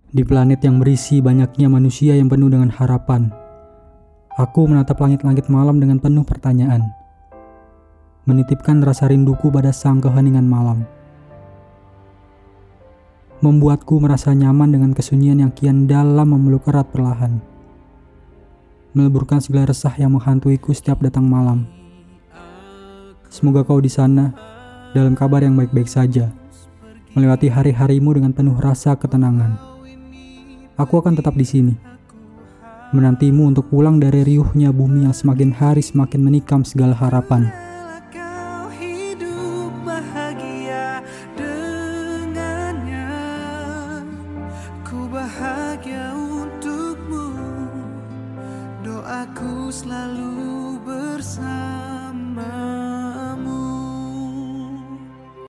Di planet yang berisi banyaknya manusia yang penuh dengan harapan, aku menatap langit-langit malam dengan penuh pertanyaan, menitipkan rasa rinduku pada sang keheningan malam. Membuatku merasa nyaman dengan kesunyian yang kian dalam memeluk erat perlahan, meleburkan segala resah yang menghantuiku setiap datang malam. Semoga kau di sana dalam kabar yang baik-baik saja, melewati hari-harimu dengan penuh rasa ketenangan. Aku akan tetap di sini, menantimu untuk pulang dari riuhnya bumi yang semakin hari semakin menikam segala harapan.